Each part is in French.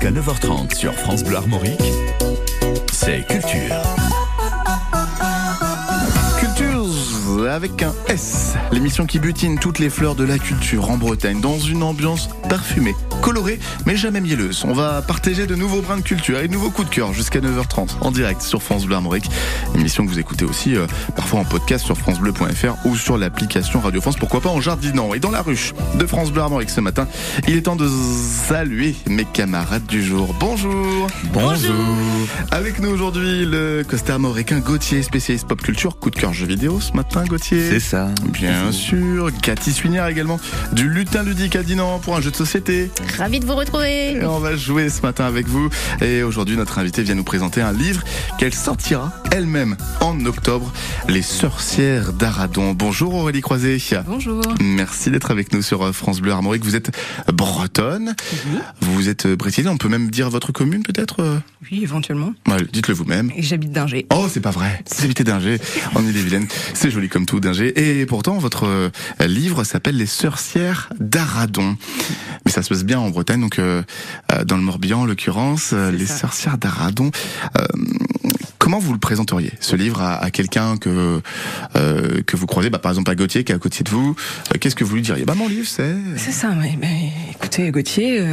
Jusqu'à 9h30 sur France Bleu Armorique, c'est Culture. Avec un S, l'émission qui butine toutes les fleurs de la culture en Bretagne dans une ambiance parfumée, colorée mais jamais mielleuse. On va partager de nouveaux brins de culture et de nouveaux coups de cœur jusqu'à 9h30 en direct sur France Bleu Armorique. Émission que vous écoutez aussi parfois en podcast sur francebleu.fr ou sur l'application Radio France, pourquoi pas en jardinant. Et dans la ruche de France Bleu Armorique ce matin, il est temps de saluer mes camarades du jour. Bonjour. Bonjour. Avec nous aujourd'hui le costard armoricain Gauthier, spécialiste pop culture, coup de cœur jeux vidéo ce matin Gauthier. C'est ça. Bien sûr. Cathy Suinière également, du lutin ludique à Dinan pour un jeu de société. Ravi de vous retrouver. Et on va jouer ce matin avec vous. Et aujourd'hui, notre invitée vient nous présenter un livre qu'elle sortira elle-même en octobre, Les Sorcières d'Aradon. Bonjour Aurélie Croiset. Bonjour. Merci d'être avec nous sur France Bleu Armorique. Vous êtes bretonne. Oui. Vous êtes brésilienne. On peut même dire votre commune peut-être? Oui, éventuellement. Ouais, dites-le vous-même. Et j'habite d'Ingers. Oh, c'est pas vrai. Vous habitez d'Ingers, en Ille-et-Vilaine. C'est joli comme tout d'Ingers. Et pourtant, votre livre s'appelle Les Sorcières d'Aradon. Mais ça se passe bien en Bretagne, donc dans le Morbihan en l'occurrence, Les Sorcières d'Aradon. Comment vous le présenteriez, ce livre, à quelqu'un que vous croisez, par exemple à Gauthier qui est à côté de vous? Qu'est-ce que vous lui diriez? Mon livre, c'est... C'est ça, mais écoutez, Gauthier...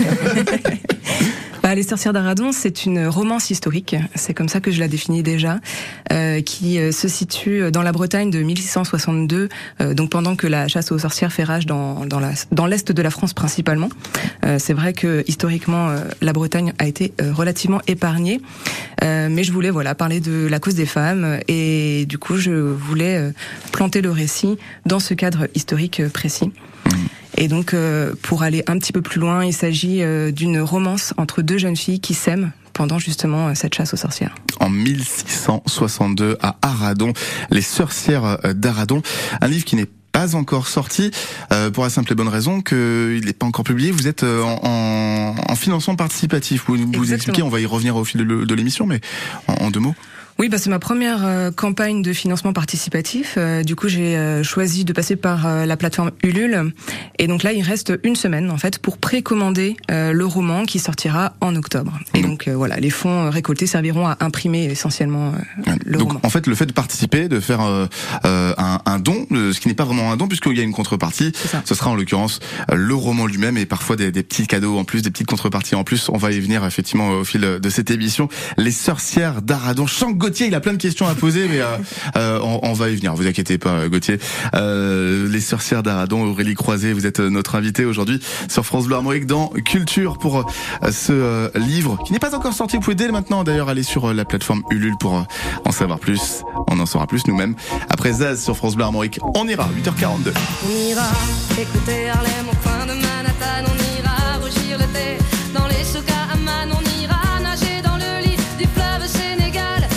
Les Sorcières d'Aradon, c'est une romance historique, c'est comme ça que je la définis déjà, qui se situe dans la Bretagne de 1662, donc pendant que la chasse aux sorcières fait rage dans l'est de la France principalement. C'est vrai que historiquement, la Bretagne a été relativement épargnée, mais je voulais parler de la cause des femmes et du coup je voulais planter le récit dans ce cadre historique précis. Et donc, pour aller un petit peu plus loin, il s'agit d'une romance entre deux jeunes filles qui s'aiment pendant justement cette chasse aux sorcières. En 1662 à Aradon, Les Sorcières d'Aradon, un livre qui n'est pas encore sorti, pour la simple et bonne raison qu'il n'est pas encore publié. Vous êtes en financement participatif. Vous expliquez, on va y revenir au fil de l'émission, mais en deux mots. Oui, c'est ma première campagne de financement participatif. Du coup, j'ai choisi de passer par la plateforme Ulule. Et donc là, il reste une semaine, en fait, pour précommander le roman qui sortira en octobre. Et donc, les fonds récoltés serviront à imprimer essentiellement le roman. Donc, en fait, le fait de participer, de faire un don, ce qui n'est pas vraiment un don, puisqu'il y a une contrepartie, ce sera en l'occurrence le roman lui-même et parfois des petits cadeaux en plus, des petites contreparties en plus. On va y venir effectivement au fil de cette émission. Les Sorcières d'Aradon. Gauthier, il a plein de questions à poser, mais on va y venir. Vous inquiétez pas, Gauthier. Les Sorcières d'Aradon, Aurélie Croiset, vous êtes notre invitée aujourd'hui sur France Bleu Armorique dans Culture pour ce livre qui n'est pas encore sorti. Vous pouvez dès maintenant d'ailleurs aller sur la plateforme Ulule pour en savoir plus. On en saura plus nous-mêmes. Après Zaz sur France Bleu Armorique, on ira 8h42. On ira écouter Harlem au coin de Manhattan. On ira rougir le thé dans les souks à Amman. On ira nager dans le lit du fleuve Sénégal.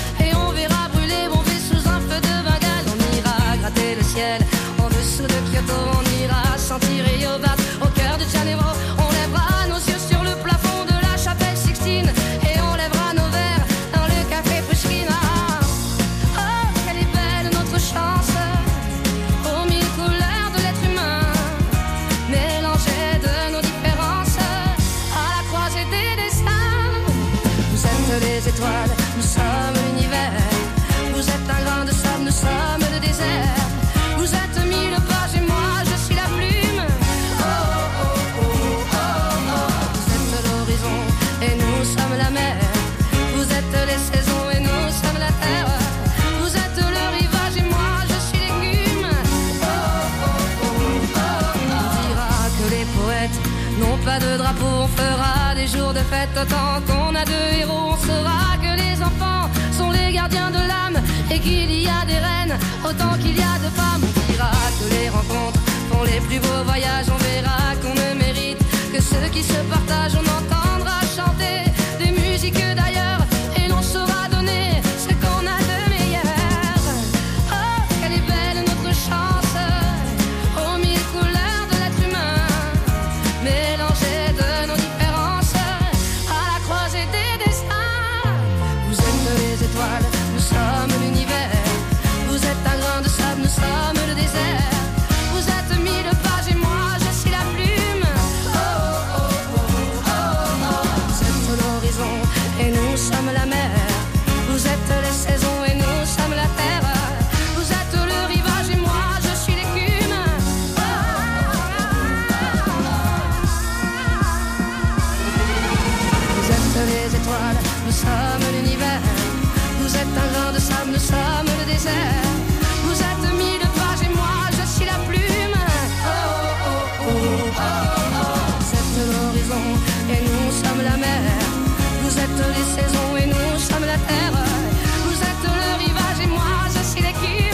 Le ciel en dessous de Kyoto, on ira sentir Yobat au cœur de Janeiro. On lèvera nos yeux sur le plafond de la chapelle Sixtine et on lèvera nos verres dans le café Pushkin. Oh, quelle est belle notre chance, aux mille couleurs de l'être humain, mélangées de nos différences, à la croisée des destins. Vous êtes les étoiles, nous sommes l'univers. Vous êtes un grain de sable, nous sommes le désert. Vous êtes mille pages et moi je suis la plume. Oh, oh, oh, oh, oh. Vous êtes l'horizon et nous sommes la mer. Vous êtes les saisons et nous sommes la terre. Vous êtes le rivage et moi je suis l'écume. Oh, oh, oh, oh, oh. On dira que les poètes n'ont pas de drapeau. On fera des jours de fête autant qu'on a de héros. On saura que les enfants sont les gardiens de l'âme et qu'il y a des reines autant qu'il y a de femmes. On dira que les rencontres font les plus beaux voyages. On verra qu'on ne mérite que ceux qui se partagent. On entendra chanter des musiques d'ailleurs et l'on saura donner ce qu'on a de meilleur. Oh, quelle est belle notre chance, aux mille couleurs de l'être humain, mélangées de nos différences, à la croisée des destins. Vous êtes les étoiles, nous sommes l'univers. Vous êtes un grain de sable, nous sommes le désert. Vous êtes mille pages et moi je suis la plume. Oh, oh, oh, oh, oh. et nous sommes la mer. Vous êtes les saisons et nous sommes la terre. Vous êtes le rivage et moi je suis l'écume.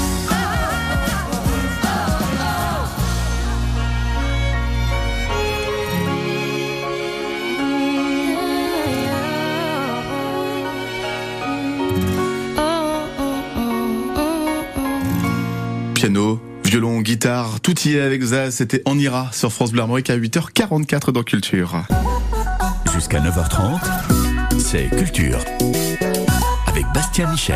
Piano, violon, guitare, tout y est avec Zaz. C'était On ira sur France Bleu Armorique à 8h44 dans Culture. Jusqu'à 9h30, c'est Culture. Avec Bastien Michel.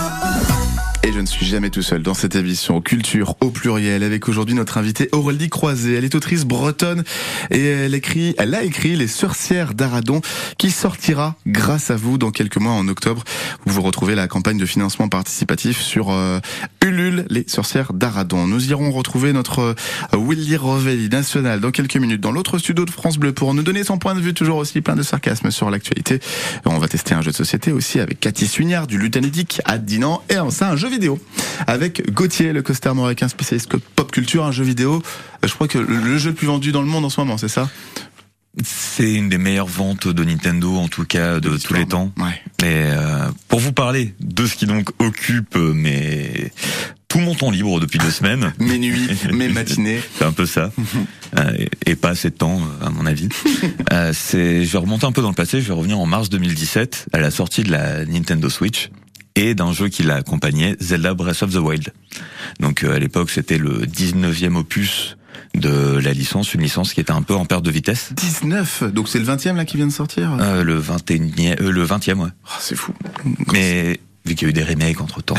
Et je ne suis jamais tout seul dans cette émission Culture au pluriel avec aujourd'hui notre invitée Aurélie Croiset. Elle est autrice bretonne et elle a écrit Les Sorcières d'Aradon qui sortira grâce à vous dans quelques mois en octobre. Vous retrouvez la campagne de financement participatif sur Ulule, Les Sorcières d'Aradon. Nous irons retrouver notre Willy Rovelli national dans quelques minutes dans l'autre studio de France Bleu pour nous donner son point de vue toujours aussi plein de sarcasme sur l'actualité. On va tester un jeu de société aussi avec Cathy Suignard du Luthanidique à Dinan et enfin un jeu vidéo avec Gauthier, le costard américain spécialiste pop culture, un jeu vidéo. Je crois que le jeu le plus vendu dans le monde en ce moment, c'est ça? C'est une des meilleures ventes de Nintendo, en tout cas de tous les temps. Ouais. Et pour vous parler de ce qui donc occupe tout mon temps libre depuis 2 semaines. Mes nuits, mes matinées. C'est un peu ça. Et pas assez de temps, à mon avis. Je vais remonter un peu dans le passé, je vais revenir en mars 2017, à la sortie de la Nintendo Switch, et d'un jeu qui l'a accompagné, Zelda Breath of the Wild. Donc à l'époque, c'était le 19e opus de la licence, une licence qui était un peu en perte de vitesse. 19, donc c'est le 20e là qui vient de sortir. Le 20e, ouais. Oh, c'est fou. Mais vu qu'il y a eu des remakes entre-temps.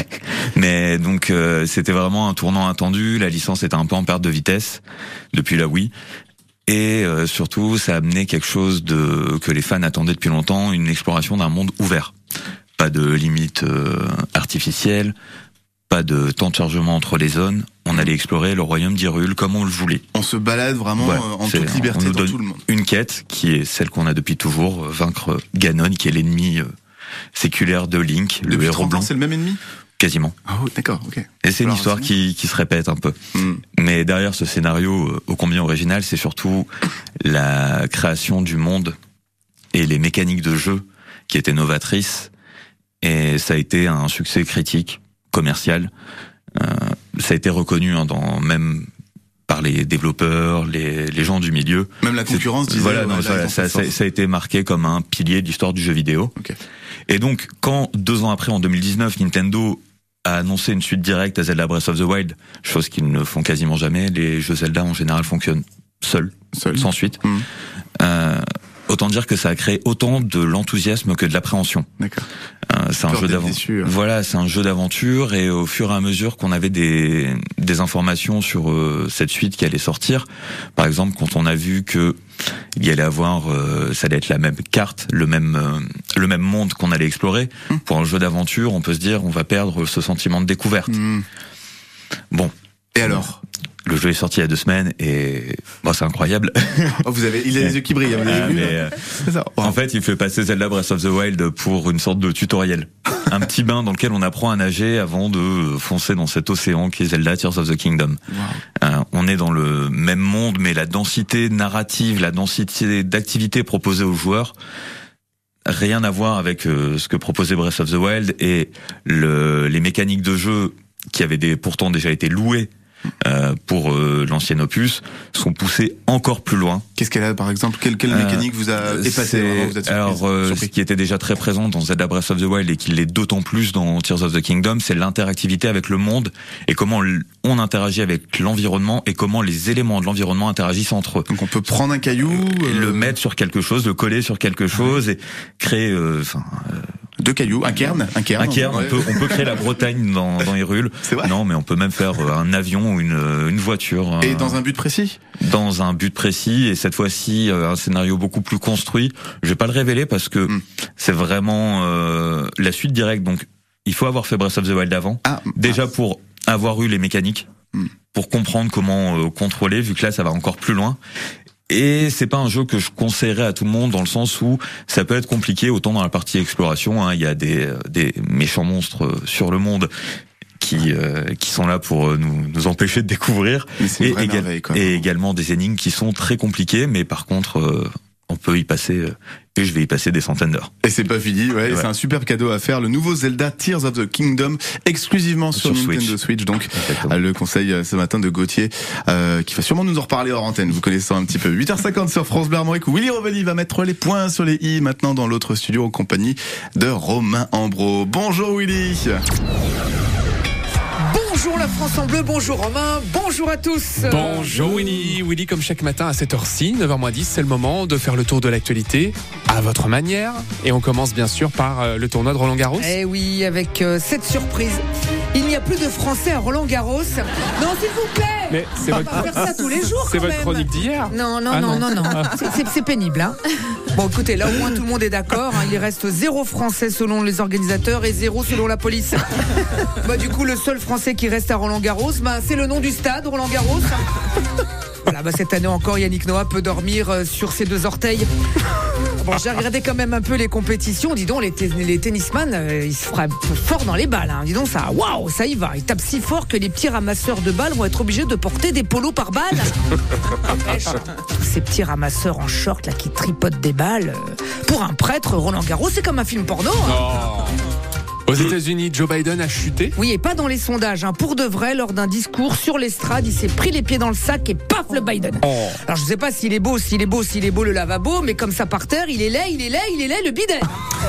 mais donc c'était vraiment un tournant attendu, la licence était un peu en perte de vitesse depuis la Wii. Et surtout, ça a amené quelque chose que les fans attendaient depuis longtemps, une exploration d'un monde ouvert. Pas de limite artificielle, pas de temps de chargement entre les zones. On allait explorer le royaume d'Hyrule comme on le voulait. On se balade vraiment voilà, en toute liberté on nous dans donne tout le monde. Une quête qui est celle qu'on a depuis toujours, vaincre Ganon, qui est l'ennemi séculaire de Link, le Depuis héros 30 blanc. ans, c'est le même ennemi? Quasiment. Ah oui, d'accord, ok. Et c'est une Alors, histoire qui se répète un peu. Mais derrière ce scénario ô combien original, c'est surtout la création du monde et les mécaniques de jeu qui étaient novatrices. Et ça a été un succès critique, commercial. Ça a été reconnu même par les développeurs, les gens du milieu. Même la concurrence disait... Voilà, ouais, ça a été marqué comme un pilier de l'histoire du jeu vidéo. Okay. Et donc, quand 2 ans après, en 2019, Nintendo a annoncé une suite directe à Zelda Breath of the Wild, chose qu'ils ne font quasiment jamais, les jeux Zelda en général fonctionnent seuls. Sans suite. Autant dire que ça a créé autant de l'enthousiasme que de l'appréhension. D'accord. C'est un jeu d'aventure. Voilà, c'est un jeu d'aventure et au fur et à mesure qu'on avait des informations sur cette suite qui allait sortir, par exemple quand on a vu que il y allait avoir, ça allait être la même carte, le même monde qu'on allait explorer. Pour un jeu d'aventure, on peut se dire on va perdre ce sentiment de découverte. Bon. Et alors? Le jeu est sorti il y a 2 semaines et c'est incroyable. Oh, il a les yeux qui brillent, vous avez vu, c'est ça. En fait, il fait passer Zelda Breath of the Wild pour une sorte de tutoriel. Un petit bain dans lequel on apprend à nager avant de foncer dans cet océan qui est Zelda Tears of the Kingdom. Wow. On est dans le même monde, mais la densité narrative, la densité d'activités proposées aux joueurs, rien à voir avec ce que proposait Breath of the Wild et les mécaniques de jeu qui avaient pourtant déjà été louées pour l'ancien opus sont poussés encore plus loin. Qu'est-ce qu'elle a par exemple? Quelle mécanique vous a épaté? Vous êtes alors ce qui était déjà très présent dans Zelda Breath of the Wild et qui l'est d'autant plus dans Tears of the Kingdom, c'est l'interactivité avec le monde et comment on interagit avec l'environnement et comment les éléments de l'environnement interagissent entre eux. Donc on peut prendre un caillou, le mettre sur quelque chose, le coller sur quelque chose et créer 2 cailloux, un cairn. Ouais. On peut créer la Bretagne dans Hyrule. C'est vrai. Non, mais on peut même faire un avion ou une voiture. Et dans un but précis? Dans un but précis, et cette fois-ci, un scénario beaucoup plus construit. Je vais pas le révéler parce que c'est vraiment la suite directe. Donc, il faut avoir fait Breath of the Wild avant. Déjà pour avoir eu les mécaniques, pour comprendre comment contrôler, vu que là, ça va encore plus loin. Et c'est pas un jeu que je conseillerais à tout le monde dans le sens où ça peut être compliqué autant dans la partie exploration. Il y a des méchants monstres sur le monde qui sont là pour nous empêcher de découvrir et également des énigmes qui sont très compliquées, mais par contre on peut y passer, et je vais y passer des centaines d'heures. Et c'est pas fini, ouais. C'est un superbe cadeau à faire. Le nouveau Zelda Tears of the Kingdom, exclusivement sur Nintendo Switch. Donc, le conseil ce matin de Gauthier, qui va sûrement nous en reparler hors antenne. Vous connaissez un petit peu. 8h50 sur France Bleu Armorique, où Willy Rovelli va mettre les points sur les i maintenant dans l'autre studio en compagnie de Romain Ambro. Bonjour Willy. Bonjour la France en bleu, bonjour Romain, bonjour à tous. Bonjour Willy. Willy, comme chaque matin à 7h06, 9h10, c'est le moment de faire le tour de l'actualité à votre manière. Et on commence bien sûr par le tournoi de Roland-Garros. Eh oui, avec cette surprise. Il n'y a plus de Français à Roland-Garros. Non, s'il vous plaît. Mais c'est on va pas faire ça tous les jours. C'est quand votre même. chronique d'hier. Non. Ah. C'est pénible. Hein. Bon, écoutez, là au moins tout le monde est d'accord. Hein. Il reste 0 Français selon les organisateurs et 0 selon la police. Du coup, le seul Français qui reste à Roland-Garros, c'est le nom du stade, Roland-Garros. Voilà, cette année encore, Yannick Noah peut dormir sur ses 2 orteils. Bon, j'ai regardé quand même un peu les compétitions. Dis donc, les tennisman, ils se frappent fort dans les balles. Hein. Dis donc, ça, waouh, ça y va. Ils tapent si fort que les petits ramasseurs de balles vont être obligés de porter des polos par balle. Tous ces petits ramasseurs en short là qui tripotent des balles. Pour un prêtre, Roland-Garros, c'est comme un film porno. Hein. Aux États-Unis, Joe Biden a chuté. Oui, et pas dans les sondages. Hein. Pour de vrai, lors d'un discours sur l'estrade, il s'est pris les pieds dans le sac et paf, le Biden. Alors, je sais pas s'il est beau le lavabo, mais comme ça par terre, il est laid, le bidet.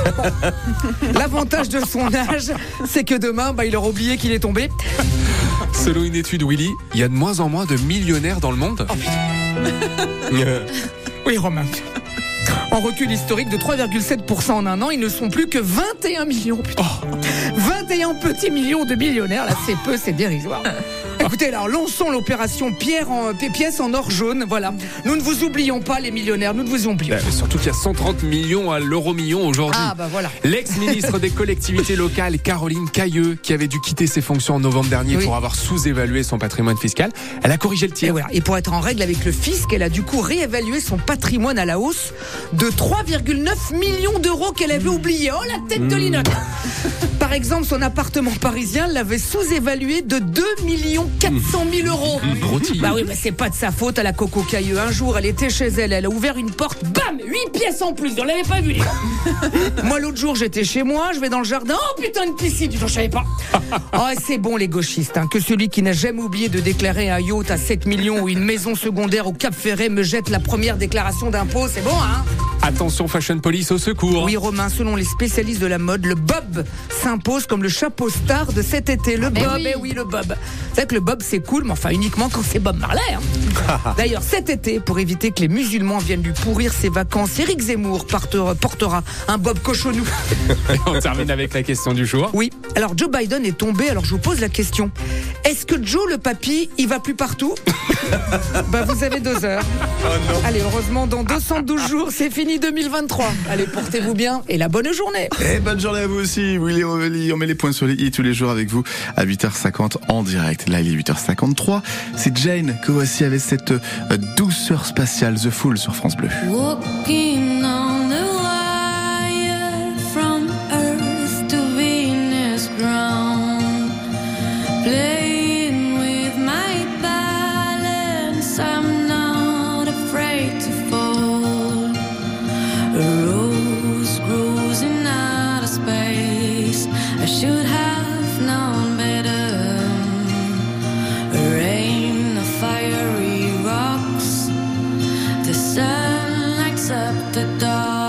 L'avantage de son âge, c'est que demain, il aura oublié qu'il est tombé. Selon une étude, Willy, il y a de moins en moins de millionnaires dans le monde. Oh putain. Oui, Romain. En recul historique de 3,7% en un an, ils ne sont plus que 21 millions. Putain. 21 petits millions de millionnaires, là c'est peu, c'est dérisoire. Écoutez, alors lançons l'opération pièces en or jaune, voilà. Nous ne vous oublions pas les millionnaires, nous ne vous oublions pas. Surtout qu'il y a 130 millions à l'euro-million aujourd'hui. Ah voilà. L'ex-ministre des collectivités locales, Caroline Cayeux, qui avait dû quitter ses fonctions en novembre dernier pour avoir sous-évalué son patrimoine fiscal, elle a corrigé le tir. Et pour être en règle avec le fisc, elle a du coup réévalué son patrimoine à la hausse de 3,9 millions d'euros qu'elle avait oublié. Oh, la tête de linotte. Par exemple, son appartement parisien l'avait sous-évalué de 2 400 000 euros. Oui, c'est pas de sa faute à la Coco Cailleux. Un jour, elle était chez elle, elle a ouvert une porte, bam, 8 pièces en plus, on l'avait pas vu. Moi, l'autre jour, j'étais chez moi, je vais dans le jardin, oh putain, une piscine, je savais pas. Oh, c'est bon les gauchistes, hein, que celui qui n'a jamais oublié de déclarer un yacht à 7 millions ou une maison secondaire au Cap Ferret me jette la première déclaration d'impôt, c'est bon, hein. Attention, Fashion Police au secours. Oui, Romain, selon les spécialistes de la mode, le bob s'impose comme le chapeau star de cet été. Le bob, le bob. C'est vrai que le bob, c'est cool, mais enfin uniquement quand c'est Bob Marley. Hein. D'ailleurs, cet été, pour éviter que les musulmans viennent lui pourrir ses vacances, Éric Zemmour portera un bob cochonou. Et on termine avec la question du jour. Oui, alors Joe Biden est tombé, alors je vous pose la question. Est-ce que Joe, le papy, il va plus partout? Vous avez 2 heures. Oh non. Allez, heureusement, dans 212 jours, c'est fini 2023. Allez, portez-vous bien et la bonne journée. Et bonne journée à vous aussi, Willy Rovelli. On met les points sur les i tous les jours avec vous à 8h50 en direct. Là, il est 8h53. C'est Jane que voici avec cette douceur spatiale, The Fool sur France Bleu. Walking on the wire from Earth to Venus ground, playing with my balance, I'm not afraid to fall. A rose grows in outer space, I should have known better. A rain of fiery rocks, the sun lights up the dark.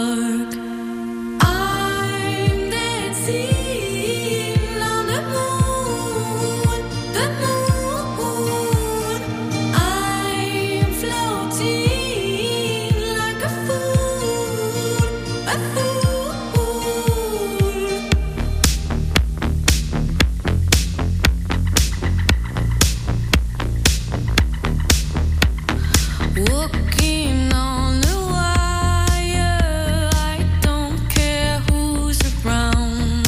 I'm dancing on the moon, the moon. I'm floating like a fool, a fool. Walking on the wire, I don't care who's around.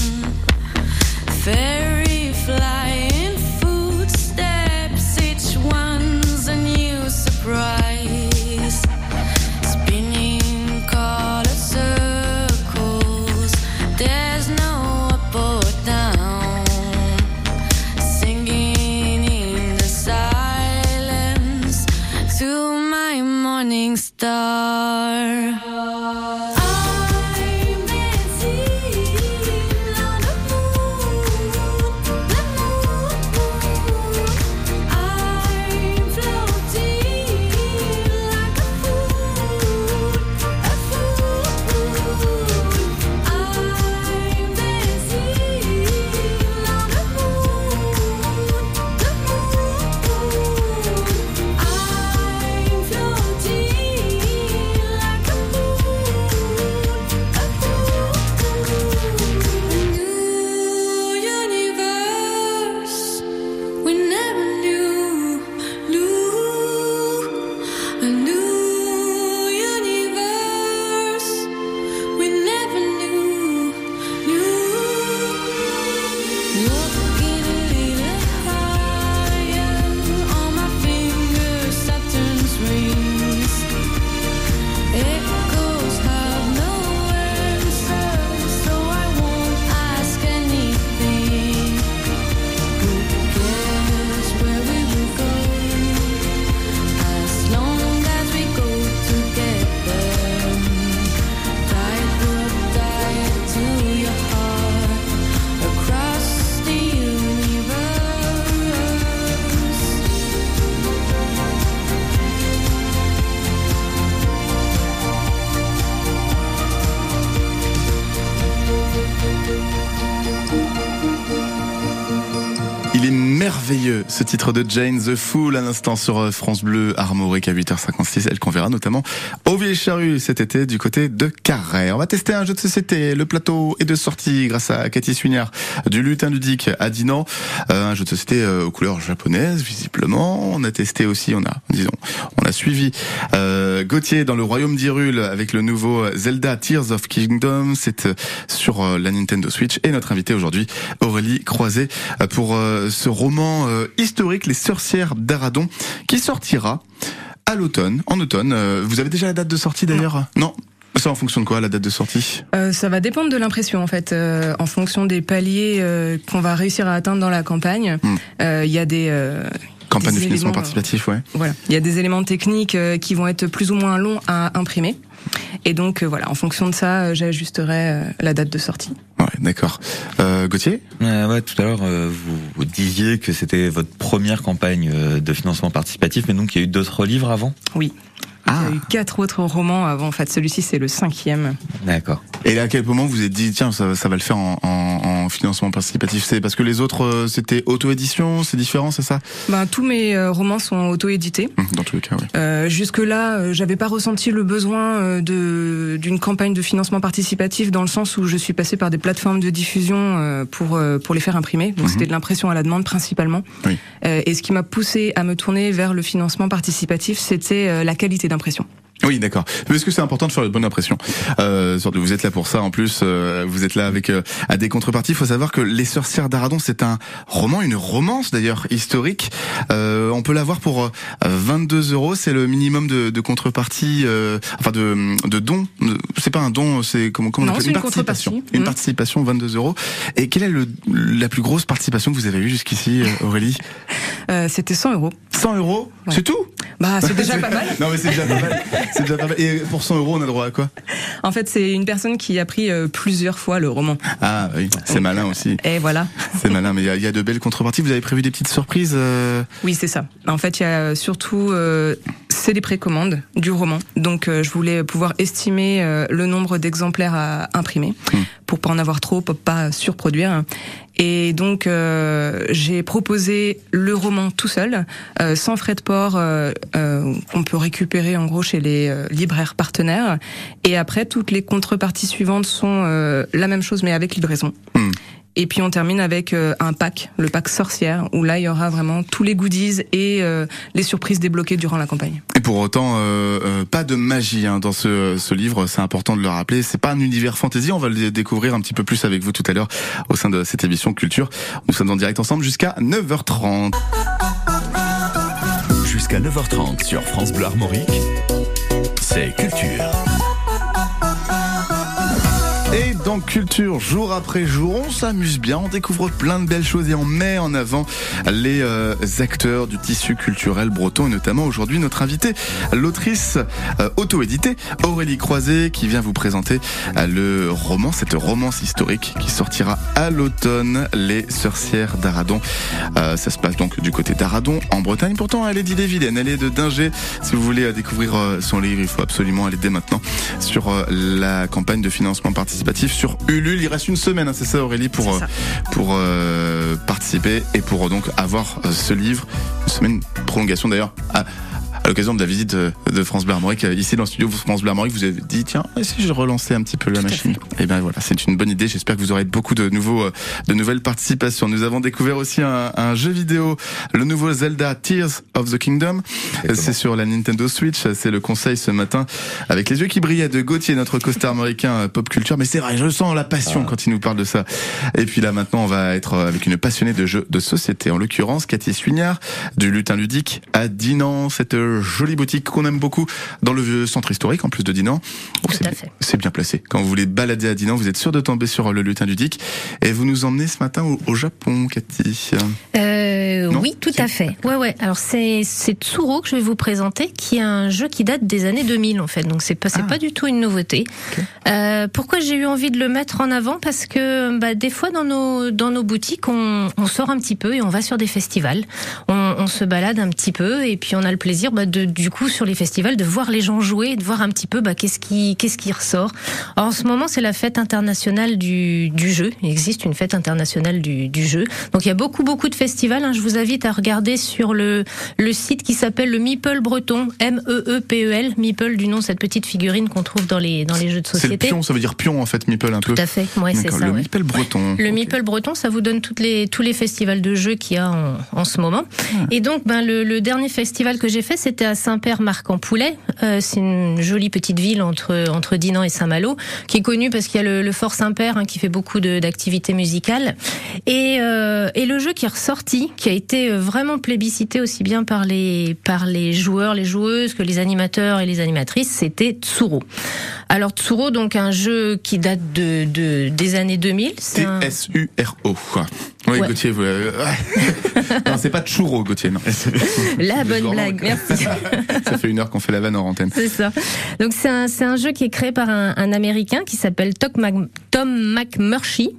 Fairy flying footsteps, each one's a new surprise. Spinning color circles shooting star. Merveilleux, ce titre de Jane The Fool à l'instant sur France Bleu Armorique à 8h56, elle qu'on verra notamment au Vieilles Charrues cet été du côté de Carhaix. On va tester un jeu de société, le plateau est de sortie grâce à Cathy Suignard du Lutin Ludique à Dinan, un jeu de société aux couleurs japonaises visiblement. On a testé aussi, on a suivi Gauthier dans le royaume d'Hyrule avec le nouveau Zelda Tears of Kingdom, c'est sur la Nintendo Switch, et notre invité aujourd'hui Aurélie Croiset pour ce roman historique Les Sorcières d'Aradon qui sortira à l'automne, en automne. Vous avez déjà la date de sortie d'ailleurs ? Non. C'est en fonction de quoi la date de sortie ? Ça va dépendre de l'impression en fait, en fonction des paliers qu'on va réussir à atteindre dans la campagne. Il y a des campagne de financement participatif, ouais. Voilà, il y a des éléments techniques qui vont être plus ou moins longs à imprimer. Et donc voilà, en fonction de ça, j'ajusterai la date de sortie. Ouais, d'accord. Gauthier ? Ouais, tout à l'heure, vous disiez que c'était votre première campagne de financement participatif, mais donc il y a eu d'autres livres avant ? Oui. Il y a eu 4 autres romans avant. En fait, celui-ci c'est le 5e. D'accord. Et là, à quel moment vous vous êtes dit tiens, ça va le faire en financement participatif ? C'est parce que les autres c'était auto-édition, c'est différent, c'est ça ? Tous mes romans sont auto-édités. Dans tous les cas, oui. Jusque-là, j'avais pas ressenti le besoin d'une campagne de financement participatif dans le sens où je suis passée par des plateformes de diffusion pour les faire imprimer. Donc c'était de l'impression à la demande principalement. Oui. Et ce qui m'a poussée à me tourner vers le financement participatif, c'était la qualité d'impression. Oui, d'accord. Parce que c'est important de faire une bonne impression. Vous êtes là pour ça. En plus, vous êtes là avec à des contreparties. Il faut savoir que Les Sorcières d'Aradon, c'est un roman, une romance d'ailleurs historique. On peut l'avoir pour 22 €. C'est le minimum de contrepartie, de don. C'est pas un don, c'est comment on appelle une participation. Une participation, 22 €. Et quelle est la plus grosse participation que vous avez eue jusqu'ici, Aurélie ? C'était 100 €. 100 €, ouais. C'est tout ? C'est déjà pas mal. Non, mais c'est déjà pas mal. C'est déjà pas mal. Et pour 100 €, on a droit à quoi ? En fait, c'est une personne qui a pris plusieurs fois le roman. Ah oui, c'est malin aussi. Et voilà. C'est malin, mais il y a de belles contreparties. Vous avez prévu des petites surprises Oui, c'est ça. En fait, il y a surtout c'est les précommandes du roman. Donc, je voulais pouvoir estimer le nombre d'exemplaires à imprimer pour pas en avoir trop, pour pas surproduire. Et donc, j'ai proposé le roman tout seul, sans frais de port, qu'on peut récupérer en gros chez les libraires partenaires. Et après, toutes les contreparties suivantes sont la même chose, mais avec livraison. Et puis on termine avec un pack, le pack Sorcière, où là il y aura vraiment tous les goodies et les surprises débloquées durant la campagne. Et pour autant, pas de magie dans ce livre, c'est important de le rappeler. C'est pas un univers fantasy, on va le découvrir un petit peu plus avec vous tout à l'heure au sein de cette émission Culture. Nous sommes en direct ensemble jusqu'à 9h30. Jusqu'à 9h30 sur France Bleu Armorique, c'est Culture. Et donc Culture, jour après jour, on s'amuse bien, on découvre plein de belles choses et on met en avant les acteurs du tissu culturel breton et notamment aujourd'hui notre invitée, l'autrice auto-éditée Aurélie Croiset qui vient vous présenter le roman, cette romance historique qui sortira à l'automne, Les Sorcières d'Arradon. Ça se passe donc du côté d'Arradon en Bretagne, pourtant elle est d'Ille-et-Vilaine, elle est de Dingé. Si vous voulez découvrir son livre, il faut absolument aller dès maintenant sur la campagne de financement participatif sur Ulule. Il reste une semaine, hein, c'est ça Aurélie, pour participer et pour donc avoir ce livre. Une semaine de prolongation d'ailleurs. À l'occasion de la visite de France Bleu Armorique, ici dans le studio France Bleu Armorique, vous avez dit tiens, et si je relançais un petit peu la machine. Et bien voilà, c'est une bonne idée. J'espère que vous aurez beaucoup de nouvelles participations. Nous avons découvert aussi un jeu vidéo, le nouveau Zelda Tears of the Kingdom. Exactement. C'est sur la Nintendo Switch. C'est le conseil ce matin avec les yeux qui brillaient de Gauthier, notre costard armoricain pop culture. Mais c'est vrai, je sens la passion quand il nous parle de ça. Et puis là maintenant, on va être avec une passionnée de jeux de société, en l'occurrence Cathy Suignard du Lutin Ludique à Dinan. Cette jolie boutique qu'on aime beaucoup dans le vieux centre historique en plus de Dinan. Tout à fait. C'est bien placé. Quand vous voulez balader à Dinan, vous êtes sûr de tomber sur le Lutin Ludique. Et vous nous emmenez ce matin au Japon, Cathy. Oui, tout à fait. Ouais. Alors c'est Tsuro que je vais vous présenter, qui est un jeu qui date des années 2000 en fait. Donc c'est pas du tout une nouveauté. Okay. Pourquoi j'ai eu envie de le mettre en avant? Parce que des fois dans nos boutiques, on sort un petit peu et on va sur des festivals. On se balade un petit peu et puis on a le plaisir du coup sur les festivals de voir les gens jouer, de voir un petit peu qu'est-ce qui ressort. Alors, en ce moment c'est la fête internationale du jeu. Il existe une fête internationale du jeu. Donc il y a beaucoup de festivals. Je vous invite à regarder sur le site qui s'appelle le Meeple Breton, MEEPEL, Meeple du nom de cette petite figurine qu'on trouve dans les jeux de société. C'est le pion, ça veut dire pion en fait, Meeple un peu. Tout à fait, ouais, c'est ça. Le Meeple Breton. Le Meeple Breton, ça vous donne tous les festivals de jeux qu'il y a en ce moment. Et donc le dernier festival que j'ai fait, c'était à Saint-Père-Marc-en-Poulet. C'est une jolie petite ville entre Dinan et Saint-Malo, qui est connue parce qu'il y a le Fort Saint-Père qui fait beaucoup d'activités musicales. Et le jeu qui est ressorti, qui a été vraiment plébiscité aussi bien par les joueurs, les joueuses que les animateurs et les animatrices, c'était Tsuro. Alors Tsuro, donc un jeu qui date des années 2000. Tsuro. Oui, ouais. Gauthier, non, c'est pas Churro, Gauthier, non. La bonne blague, merci. Ça fait 1 heure qu'on fait la vanne en antenne. C'est ça. Donc c'est un jeu qui est créé par un Américain qui s'appelle Tom McMurtry.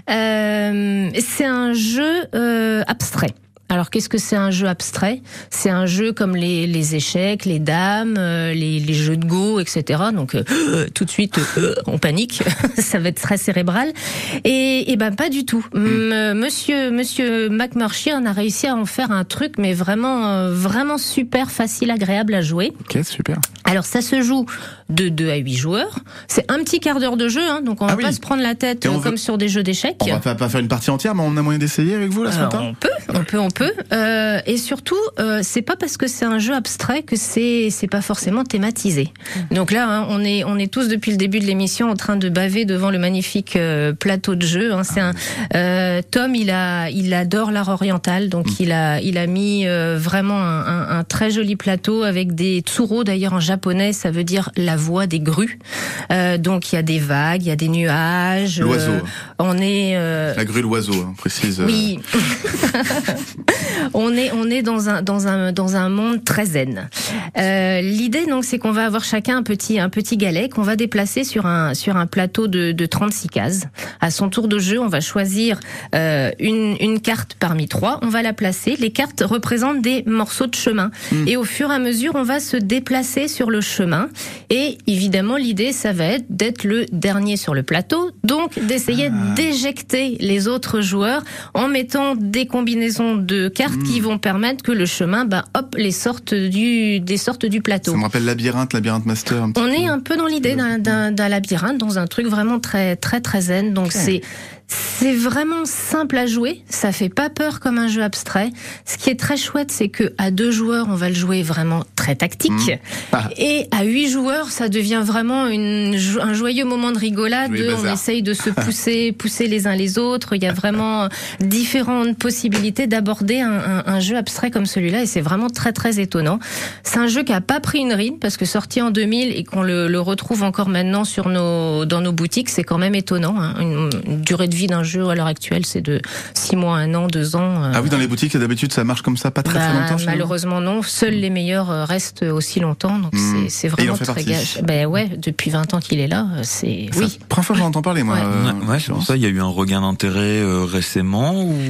C'est un jeu abstrait. Alors qu'est-ce que c'est un jeu abstrait? C'est un jeu comme les échecs, les dames, les jeux de go, etc. Donc tout de suite on panique, ça va être très cérébral. Et pas du tout. Monsieur McMurtry a réussi à en faire un truc mais vraiment super facile, agréable à jouer. Ok, super. Alors ça se joue de 2 à 8 joueurs. C'est un petit quart d'heure de jeu, donc on va pas se prendre la tête comme sur des jeux d'échecs. On va pas faire une partie entière, mais on a moyen d'essayer avec vous là ce matin. On peut. Et surtout, c'est pas parce que c'est un jeu abstrait que c'est pas forcément thématisé. Donc là, on est tous depuis le début de l'émission en train de baver devant le magnifique plateau de jeu. Tom, il adore l'art oriental, donc il a mis vraiment un très joli plateau avec des tsuro. D'ailleurs, en japonais, ça veut dire la voix des grues. Donc il y a des vagues, il y a des nuages. L'oiseau. La grue, l'oiseau, précise. Oui. On est dans un monde très zen. L'idée donc c'est qu'on va avoir chacun un petit galet qu'on va déplacer sur un plateau de 36 cases. À son tour de jeu, on va choisir une carte parmi 3, on va la placer. Les cartes représentent des morceaux de chemin et au fur et à mesure, on va se déplacer sur le chemin et évidemment l'idée ça va être d'être le dernier sur le plateau, donc d'essayer d'éjecter les autres joueurs en mettant des combinaisons de cartes qui vont permettre que le chemin, les sorte du plateau. Ça me rappelle labyrinthe master. On est un peu dans l'idée d'un labyrinthe, dans un truc vraiment très très très zen. Donc C'est vraiment simple à jouer, ça fait pas peur comme un jeu abstrait. Ce qui est très chouette, c'est que à 2 joueurs, on va le jouer vraiment très tactique. Et à 8 joueurs, ça devient vraiment un joyeux moment de rigolade. On essaye de se pousser les uns les autres. Il y a vraiment différentes possibilités d'aborder un jeu abstrait comme celui-là, et c'est vraiment très très étonnant. C'est un jeu qui a pas pris une ride, parce que sorti en 2000 et qu'on le retrouve encore maintenant dans nos boutiques, c'est quand même étonnant. Une durée de vie d'un jeu à l'heure actuelle, c'est de 6 mois, 1 an, 2 ans. Ah oui, dans les boutiques, d'habitude, ça marche comme ça, pas très longtemps. Malheureusement, non. Seuls les meilleurs restent aussi longtemps, donc c'est vraiment très gage. Ouais, depuis 20 ans qu'il est là, c'est oui. Première fois que j'en entends parler, moi. Ouais, c'est pour ça. Il y a eu un regain d'intérêt récemment ou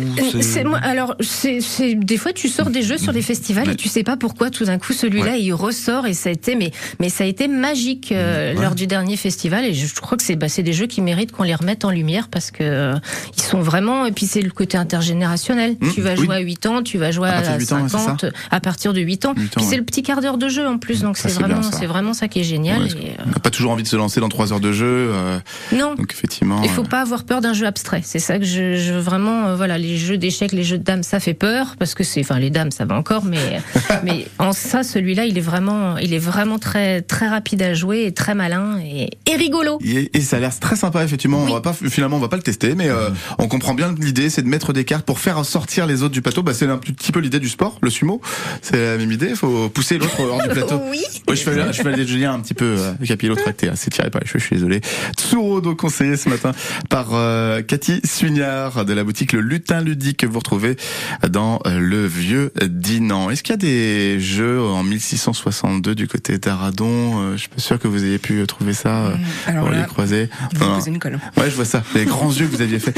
c'est des fois tu sors des jeux sur les festivals et tu sais pas pourquoi tout d'un coup celui-là il ressort, et ça a été mais ça a été magique lors du dernier festival, et je crois que c'est des jeux qui méritent qu'on les remette en lumière, parce que ils sont vraiment, et puis c'est le côté intergénérationnel. Tu vas jouer à 8 ans, tu vas jouer à 50 à partir de 8 ans. Puis c'est le petit quart d'heure de jeu en plus, donc c'est vraiment ça qui est génial. On n'a pas toujours envie de se lancer dans 3 heures de jeu. Non. Donc effectivement. Il faut pas avoir peur d'un jeu abstrait. C'est ça que je veux vraiment, les jeux d'échecs, les jeux de dames, ça fait peur, parce que les dames ça va encore, mais en ça, celui-là, il est vraiment très très rapide à jouer, et très malin et rigolo. Et ça a l'air très sympa, effectivement. Oui. On va pas le tester, mais on comprend bien l'idée, c'est de mettre des cartes pour faire sortir les autres du plateau. C'est un petit peu l'idée du sport, le sumo. C'est la même idée. Il faut pousser l'autre hors du plateau. Oui. Je fais aller Julien un petit peu capillotracté. C'est tiré par les cheveux. Je suis désolé. Tsuro, donc conseillé ce matin par Cathy Suignard de la boutique Le Lutin Ludique, que vous retrouvez dans le Vieux Dinan. Est-ce qu'il y a des jeux en 1662 du côté d'Aradon? Je suis pas sûr que vous ayez pu trouver ça pour les croiser. Vous me posez une colle. Ouais, je vois ça. Les grands yeux que vous aviez fait.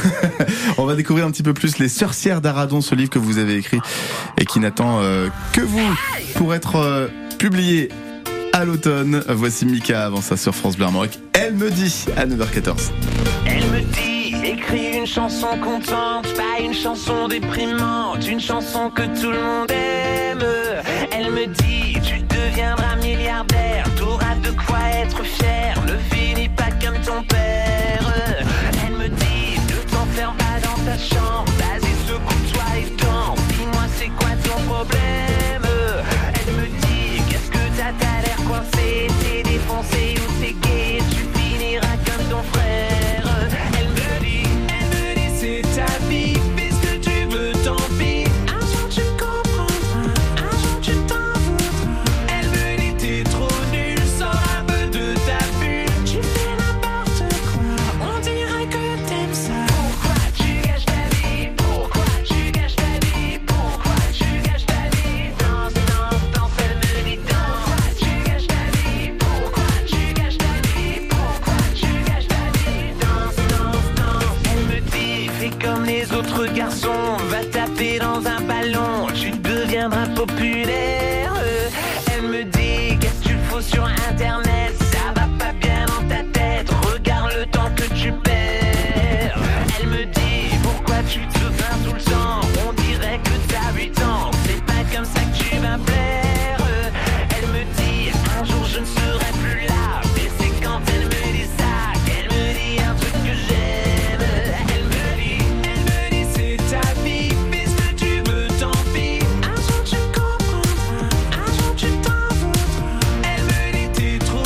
On va découvrir un petit peu plus Les Sorcières d'Aradon, ce livre que vous avez écrit et qui n'attend que vous pour être publié à l'automne. Voici Mika avant ça sur France Bleu Armorique. Elle me dit à 9h14. Elle me dit, écris une chanson contente, pas une chanson déprimante, une chanson que tout le monde aime. Elle me dit, tu deviendras milliardaire, t'auras de quoi être fier, ne finis pas comme ton père. Elle me dit, ne t'enferme pas dans ta chambre, vas-y secoue-toi et danse, dis-moi c'est quoi ton problème. Elle me dit, qu'est-ce que t'as l'air coincé, t'es défoncé ou t'es gay, tu finiras comme ton frère. Elle me dit, c'est ta vie, fais ce que tu veux, tant pis. Un jour tu comprendras, un jour tu t'en voudras. Elle me dit, t'es trop nul, sors un peu de ta bulle. Tu fais n'importe quoi, on dirait que t'aimes ça. Pourquoi tu gâches ta vie? Pourquoi tu gâches ta vie? Pourquoi tu gâches ta vie? Danse, elle me dit danse. Pourquoi tu gâches ta vie? Pourquoi tu gâches ta vie? Pourquoi tu gâches ta vie? Danse. Elle me dit, fais comme les autres garçons, va taper dans un ballon, tu deviendras populaire. Elle me dit, qu'est-ce que tu fous sur internet, ça va pas bien dans ta tête, regarde le temps que tu perds. Elle me dit, pourquoi tu te plains tout le temps, on dirait que t'as 8 ans, c'est pas comme ça que tu vas plaire. Elle me dit, un jour je ne serai plus là, mais c'est quand elle me dit ça qu'elle me dit un truc que j'aime. Elle me dit, c'est ta vie, fais ce que tu veux, tant pis. Un jour tu comprendras, un jour tu t'en voudras. Elle me dit, t'es trop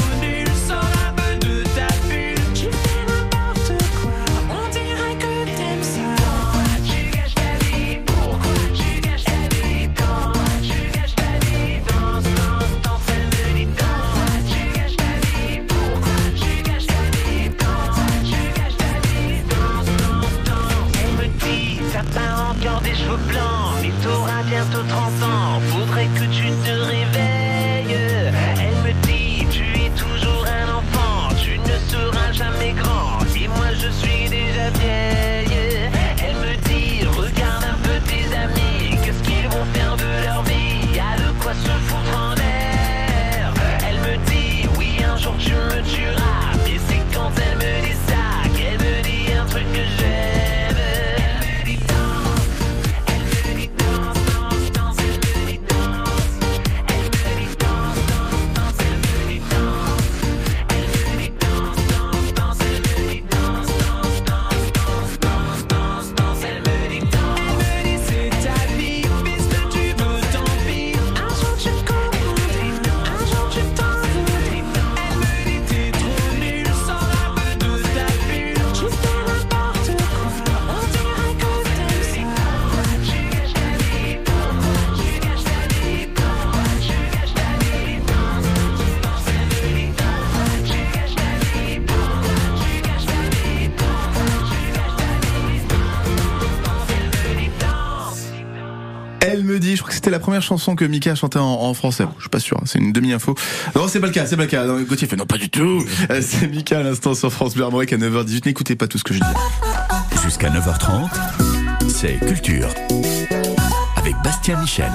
c'était la première chanson que Mika chantait en français. Bon, je suis pas sûr, hein, c'est une demi-info. Non, c'est pas le cas. Non, Gauthier fait non, pas du tout. C'est Mika à l'instant sur France Bleu Armorique à 9h18. N'écoutez pas tout ce que je dis. Jusqu'à 9h30, c'est Culture avec Bastien Michel.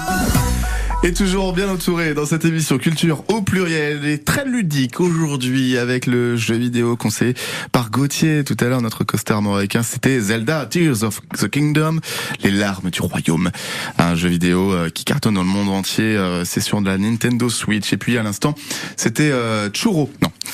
Et toujours bien entouré dans cette émission Culture au pluriel et très ludique aujourd'hui avec le jeu vidéo conseillé par Gauthier tout à l'heure, notre costard armoricain. C'était Zelda Tears of the Kingdom, les larmes du royaume. Un jeu vidéo qui cartonne dans le monde entier. C'est sur de la Nintendo Switch. Et puis à l'instant, c'était Tsuro.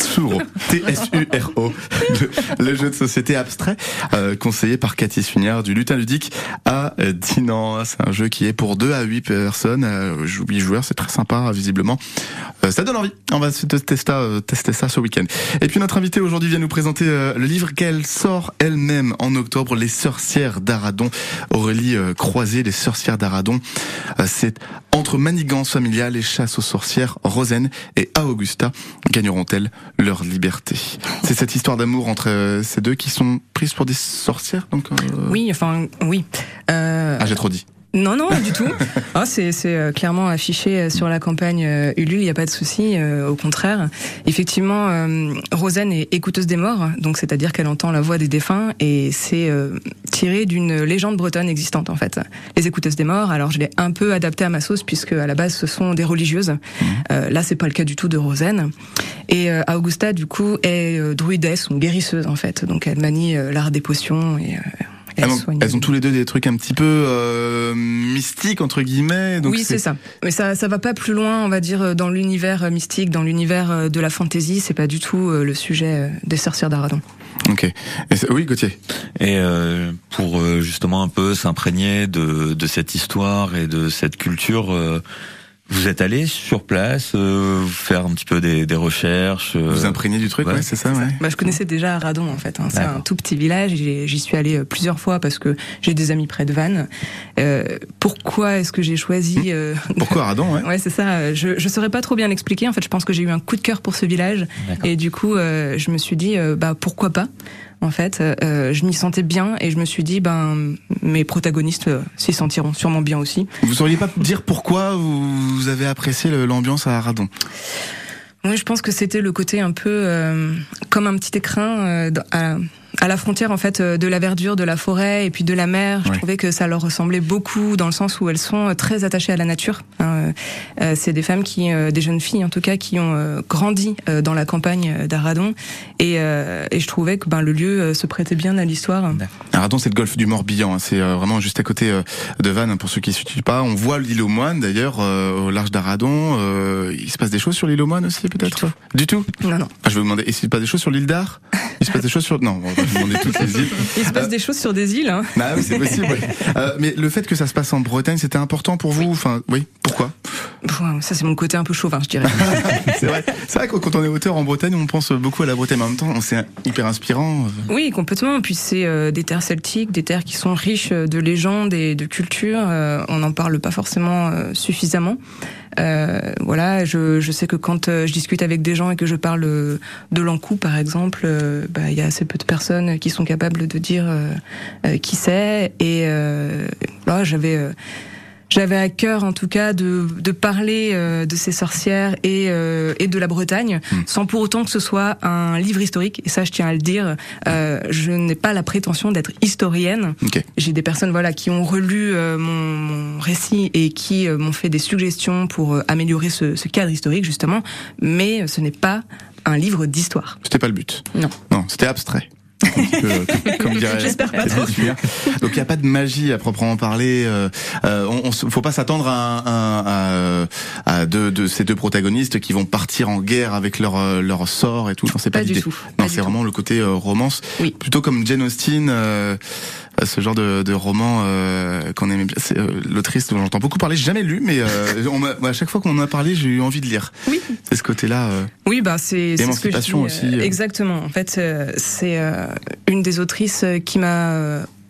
T-S-U-R-O. Le jeu de société abstrait conseillé par Cathy Suniard du Lutin Ludique à Dinan. C'est un jeu qui est pour 2 à 8 personnes. 8 joueurs, c'est très sympa visiblement. Ça donne envie. On va tester ça ce week-end. Et puis notre invitée aujourd'hui vient nous présenter le livre qu'elle sort elle-même en octobre, Les Sorcières d'Aradon. Aurélie Croiset, Les Sorcières d'Aradon. C'est entre manigance familiale et chasse aux sorcières, Rosen et Augusta gagneront-elles leur liberté? C'est cette histoire d'amour entre ces deux qui sont prises pour des sorcières, donc. Oui. J'ai trop dit. Non, du tout. C'est clairement affiché sur la campagne Ulule, il n'y a pas de souci, au contraire. Effectivement, Rosen est écouteuse des morts, donc c'est-à-dire qu'elle entend la voix des défunts, et c'est tiré d'une légende bretonne existante, en fait. Les écouteuses des morts, alors je l'ai un peu adapté à ma sauce, puisque à la base, ce sont des religieuses. Là, c'est pas le cas du tout de Rosen. Et Augusta, du coup, est druidesse ou guérisseuse, en fait. Donc elle manie l'art des potions et... Elles ont tous les deux des trucs un petit peu mystiques entre guillemets. Donc oui, c'est ça. Mais ça va pas plus loin, on va dire, dans l'univers mystique, dans l'univers de la fantasy. C'est pas du tout le sujet des Sorcières d'Aradon. Ok. Oui, Gauthier. Et pour justement un peu s'imprégner de cette histoire et de cette culture. Vous êtes allé sur place, faire un petit peu des recherches. Vous imprégnez du truc, ouais, c'est ça, ouais. Je connaissais déjà Aradon, en fait. C'est un tout petit village. J'y suis allée plusieurs fois parce que j'ai des amis près de Vannes. Pourquoi est-ce que j'ai choisi Pourquoi Aradon, ouais. Ouais, c'est ça. Je saurais pas trop bien l'expliquer. En fait, je pense que j'ai eu un coup de cœur pour ce village. Et du coup, je me suis dit, pourquoi pas. En fait, je m'y sentais bien et je me suis dit, mes protagonistes s'y sentiront sûrement bien aussi. Vous sauriez pas dire pourquoi vous avez apprécié l'ambiance à Aradon? Oui, je pense que c'était le côté un peu comme un petit écrin à la frontière en fait de la verdure, de la forêt et puis de la mer. Je trouvais que ça leur ressemblait beaucoup dans le sens où elles sont très attachées à la nature. C'est des femmes des jeunes filles en tout cas, qui ont grandi dans la campagne d'Aradon et je trouvais que le lieu se prêtait bien à l'histoire. Aradon, c'est le golfe du Morbihan. C'est vraiment juste à côté de Vannes pour ceux qui ne situent pas. On voit l'île aux Moines d'ailleurs au large d'Aradon. Il se passe des choses sur l'île aux Moines aussi peut-être? Du tout. Non. Je vais vous demander. Et s'il se passe des choses sur l'île d'Ar? Il se passe des choses sur... Non, on va vous demander toutes les îles. Il se passe des choses sur des îles. Oui, c'est possible. Oui. Mais le fait que ça se passe en Bretagne, c'était important pour vous? Enfin, oui. Pourquoi? Ça, c'est mon côté un peu chauvin, je dirais. C'est vrai que quand on est auteur en Bretagne, on pense beaucoup à la Bretagne. En même temps, c'est hyper inspirant. Oui, complètement. Puis c'est des terres celtiques, des terres qui sont riches de légendes et de culture. On n'en parle pas forcément suffisamment. Je sais que quand je discute avec des gens et que je parle de l'Ankou, par exemple, il y a assez peu de personnes qui sont capables de dire qui c'est. Et là, j'avais à cœur, en tout cas, de parler de ces sorcières et de la Bretagne, sans pour autant que ce soit un livre historique. Et ça, je tiens à le dire. Je n'ai pas la prétention d'être historienne. Okay. J'ai des personnes, qui ont relu mon récit et qui m'ont fait des suggestions pour améliorer ce cadre historique, justement. Mais ce n'est pas un livre d'histoire. C'était pas le but. Non. Non, c'était abstrait. Comme dirait. J'espère pas trop. Donc il y a pas de magie à proprement parler. Faut pas s'attendre à ces deux protagonistes qui vont partir en guerre avec leur sort et tout. Non, c'est pas l'idée. Non, c'est vraiment le côté romance. Oui. Plutôt comme Jane Austen. Ce genre de roman qu'on aimait bien. C'est l'autrice dont j'entends beaucoup parler. J'ai jamais lu, mais à chaque fois qu'on en a parlé, j'ai eu envie de lire. Oui. C'est ce côté-là. Oui, c'est émancipation ce que je dis, aussi. Exactement. En fait, c'est une des autrices qui m'a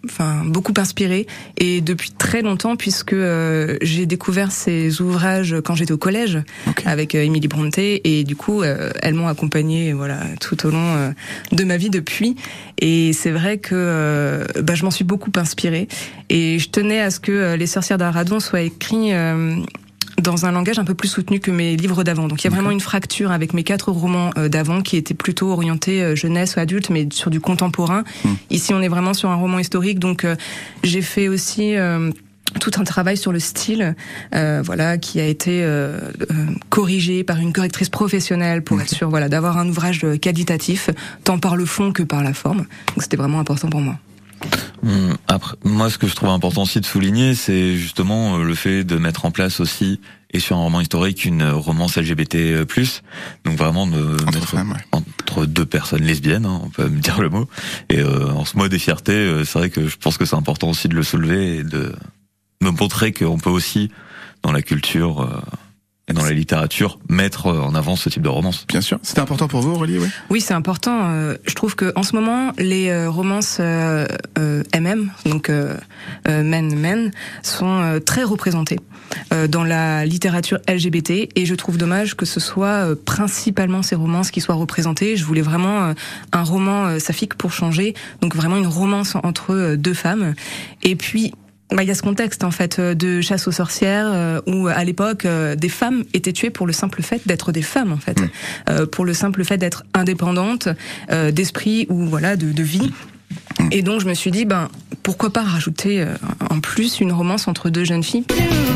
beaucoup inspirée, et depuis très longtemps, puisque j'ai découvert ces ouvrages quand j'étais au collège avec Emily Brontë, et du coup elles m'ont accompagnée tout au long de ma vie depuis, et c'est vrai que je m'en suis beaucoup inspirée, et je tenais à ce que Les Sorcières d'Aradon soient écrits dans un langage un peu plus soutenu que mes livres d'avant. Donc il y a vraiment une fracture avec mes 4 romans d'avant qui étaient plutôt orientés jeunesse ou adulte, mais sur du contemporain. Ici on est vraiment sur un roman historique, donc j'ai fait aussi tout un travail sur le style, qui a été corrigé par une correctrice professionnelle pour être sûr d'avoir un ouvrage qualitatif, tant par le fond que par la forme. Donc c'était vraiment important pour moi. Après, moi, ce que je trouve important aussi de souligner, c'est justement le fait de mettre en place aussi, et sur un roman historique, une romance LGBT+. Donc vraiment entre 2 personnes lesbiennes, on peut me dire le mot. Et en ce mois des fiertés, c'est vrai que je pense que c'est important aussi de le soulever et de me montrer qu'on peut aussi, dans la culture et dans la littérature, mettre en avant ce type de romance. Bien sûr. C'était important pour vous, Aurélie, oui? Oui, c'est important. Je trouve que en ce moment, les romances MM, donc men, sont très représentées dans la littérature LGBT, et je trouve dommage que ce soit principalement ces romances qui soient représentées. Je voulais vraiment un roman saphique pour changer, donc vraiment une romance entre 2 femmes. Et puis il y a ce contexte en fait de chasse aux sorcières où à l'époque des femmes étaient tuées pour le simple fait d'être des femmes en fait, pour le simple fait d'être indépendantes d'esprit ou de vie. Et donc je me suis dit pourquoi pas rajouter en plus une romance entre 2 jeunes filles.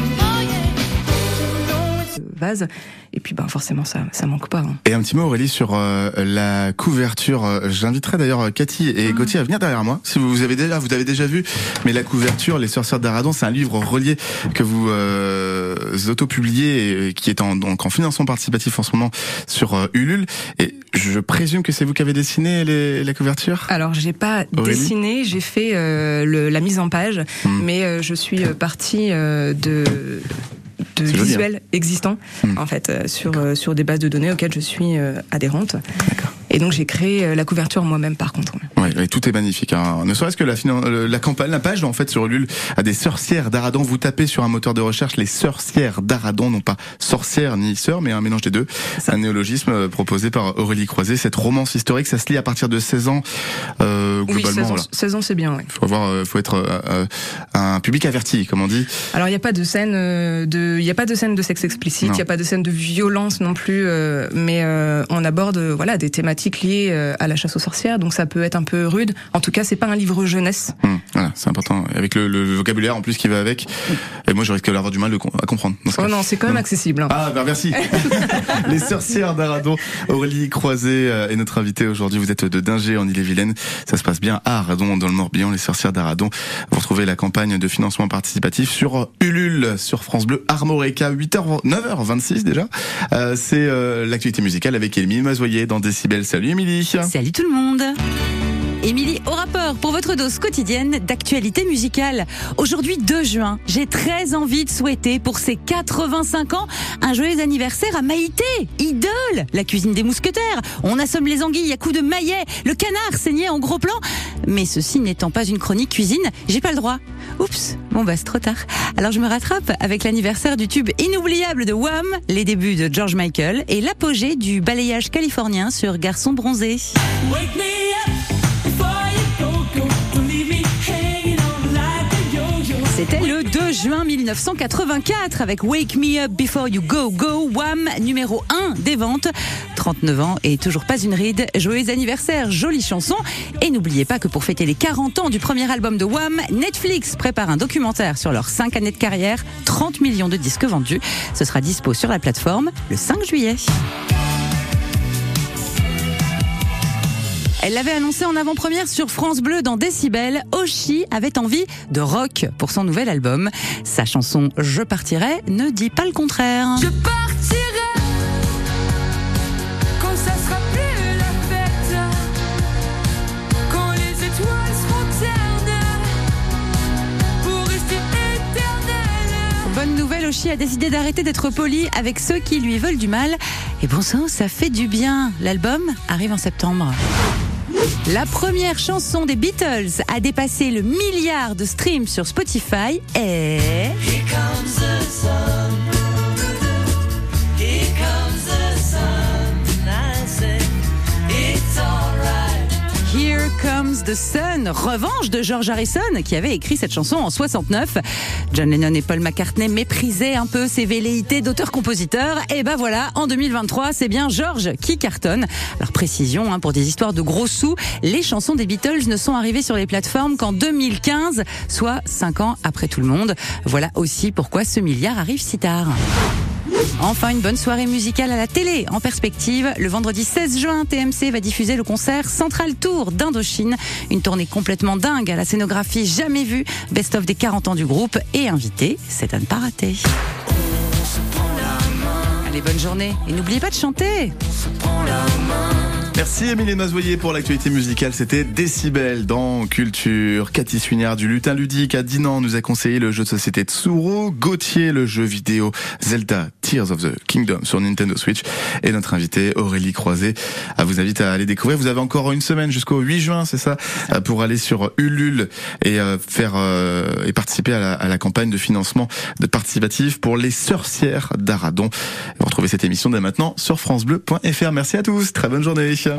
Vase. Et puis forcément ça manque pas. Et un petit mot, Aurélie, sur la couverture. J'inviterai d'ailleurs Cathy et Gauthier à venir derrière moi. Si vous avez déjà vu, mais la couverture, Les Sorcières d'Aradon, c'est un livre relié que vous autopubliez et qui est en financement participatif en ce moment sur Ulule. Et je présume que c'est vous qui avez dessiné la couverture. Alors j'ai pas dessiné, j'ai fait la mise en page, mais je suis partie de visuels existants en fait sur des bases de données auxquelles je suis adhérente. D'accord. Et donc j'ai créé la couverture moi-même par contre. Ouais, tout est magnifique. Ne serait-ce que la campagne, la page en fait sur Ulule a des sorcières d'Aradon. Vous tapez sur un moteur de recherche Les Sorcières d'Aradon, non pas sorcières ni sœurs, mais un mélange des deux. C'est un néologisme proposé par Aurélie Croiset. Cette romance historique, ça se lit à partir de 16 ans globalement. Oui, 16 ans c'est bien. Ouais. Faut être un public averti, comme on dit. Alors il y a pas de scène de sexe explicite, il y a pas de scène de violence non plus, mais on aborde des thématiques liées à la chasse aux sorcières, donc ça peut être un peu rude. En tout cas, c'est pas un livre jeunesse. Voilà, c'est important. Avec le vocabulaire en plus qui va avec. Et moi, je risque d'avoir du mal à comprendre. Non, c'est quand même accessible. Ah, merci. Les Sorcières d'Aradon. Aurélie Croiset est notre invitée aujourd'hui. Vous êtes de Dingé en Ille-et-Vilaine. Ça se passe bien à Aradon, dans le Morbihan. Les Sorcières d'Aradon. Vous retrouvez la campagne de financement participatif sur Ulule, sur France Bleu Armorica, 9h26 déjà. C'est l'actualité musicale avec Émilie Mazoyer dans Décibel. Salut Émilie. Salut tout le monde. Émilie au rapport pour votre dose quotidienne d'actualité musicale. Aujourd'hui 2 juin, j'ai très envie de souhaiter pour ses 85 ans un joyeux anniversaire à Maïté, idole, la cuisine des mousquetaires. On assomme les anguilles à coups de maillet, le canard saigné en gros plan. Mais ceci n'étant pas une chronique cuisine, j'ai pas le droit. Oups, c'est trop tard. Alors je me rattrape avec l'anniversaire du tube inoubliable de Wham, les débuts de George Michael et l'apogée du balayage californien sur Garçon bronzé. Wake me up before you go. C'était le 2 juin 1984 avec Wake Me Up Before You Go Go, Wham, numéro 1 des ventes. 39 ans et toujours pas une ride. Joyeux anniversaire, jolie chanson. Et n'oubliez pas que pour fêter les 40 ans du premier album de Wham, Netflix prépare un documentaire sur leurs 5 années de carrière, 30 millions de disques vendus. Ce sera dispo sur la plateforme le 5 juillet. Elle l'avait annoncé en avant-première sur France Bleu dans Décibel. Oshi avait envie de rock pour son nouvel album. Sa chanson « Je partirai » ne dit pas le contraire. Je partirai quand ça sera plus la fête, quand les étoiles seront ternes pour rester éternelles. Bonne nouvelle, Oshi a décidé d'arrêter d'être poli avec ceux qui lui veulent du mal. Et bon sang, ça fait du bien. L'album arrive en septembre. La première chanson des Beatles a dépassé le milliard de streams sur Spotify et... Here comes the sun. Here comes the sun. I say it's alright. Here Comes the Sun, revanche de George Harrison qui avait écrit cette chanson en 69. John Lennon et Paul McCartney méprisaient un peu ses velléités d'auteur-compositeur. Et ben voilà, en 2023, c'est bien George qui cartonne. Alors précision, pour des histoires de gros sous, les chansons des Beatles ne sont arrivées sur les plateformes qu'en 2015, soit 5 ans après tout le monde. Voilà aussi pourquoi ce milliard arrive si tard. Enfin, une bonne soirée musicale à la télé. En perspective, le vendredi 16 juin, TMC va diffuser le concert Central Tour d'Indochine. Une tournée complètement dingue à la scénographie jamais vue. Best-of des 40 ans du groupe et invité, c'est à ne pas rater. Allez, bonne journée. Et n'oubliez pas de chanter. Merci Émilie Mazoyer pour l'actualité musicale, c'était Décibel dans Culture. Cathy Suignard du Lutin Ludique à Dinan nous a conseillé le jeu de société Tsuro, Gauthier le jeu vidéo Zelda Tears of the Kingdom sur Nintendo Switch et notre invitée Aurélie Croiset vous invite à aller découvrir. Vous avez encore une semaine jusqu'au 8 juin, c'est ça, pour aller sur Ulule et et participer à la campagne de financement de participatif pour les sorcières d'Aradon. Vous retrouvez cette émission dès maintenant sur francebleu.fr. Merci à tous, très bonne journée.